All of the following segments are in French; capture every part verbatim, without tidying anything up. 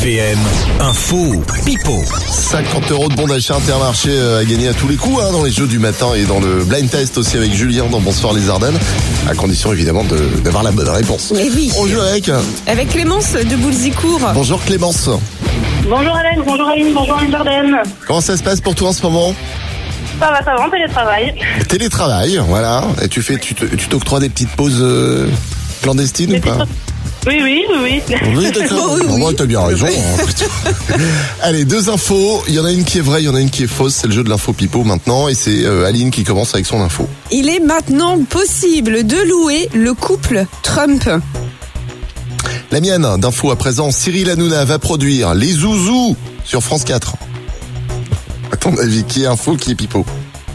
V M, info, pipo. cinquante euros de bon d'achat Intermarché à gagner à tous les coups hein, dans les jeux du matin et dans le blind test aussi avec Julien dans Bonsoir les Ardennes, à condition évidemment de, d'avoir la bonne réponse. Mais oui. On joue avec Avec Clémence de Boulzicourt. Bonjour Clémence. Bonjour Alex, bonjour Aline, bonjour les Ardennes. Comment ça se passe pour toi en ce moment? Ça va, ça va, en télétravail. Télétravail, voilà. Et tu fais, tu, te, tu t'octroies des petites pauses euh, clandestines Mais ou pas? Oui, oui, oui, oui. Oui, d'accord. Oui, oui. Bon, t'as bien raison. Hein. Allez, deux infos. Il y en a une qui est vraie, il y en a une qui est fausse. C'est le jeu de l'info pipo maintenant. Et c'est euh, Aline qui commence avec son info. Il est maintenant possible de louer le couple Trump. La mienne, d'info à présent. Cyril Hanouna va produire Les Zouzous sur France quatre. À ton avis, qui est info, qui est pipo?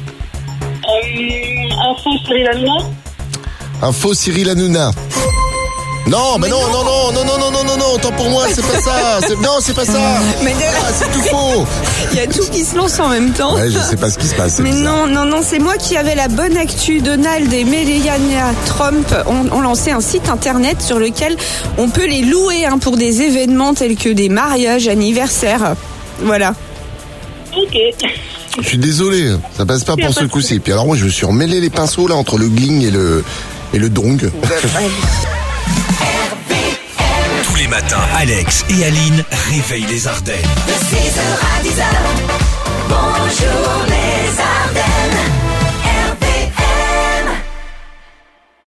Euh, info Cyril Hanouna. Info Cyril Hanouna. Non, mais, mais non, non, non, non, non, non, non, non, non, autant pour moi, c'est pas ça. C'est... Non, c'est pas ça. Mais de... ah, c'est tout faux. Il y a tout qui se lance en même temps. Ouais, je sais pas ce qui se passe. Mais bizarre. non, non, non, c'est moi qui avais la bonne actu. Donald et Melania Trump ont, ont lancé un site internet sur lequel on peut les louer hein, pour des événements tels que des mariages, anniversaires. Voilà. Ok. Je suis désolé, ça passe pas pour ce coup-ci. Puis alors moi, je me suis remêlé les pinceaux là entre le gling et le et le dong. Tous les matins, Alex et Aline réveillent les Ardennes. De six heures à dix heures, bonjour les Ardennes.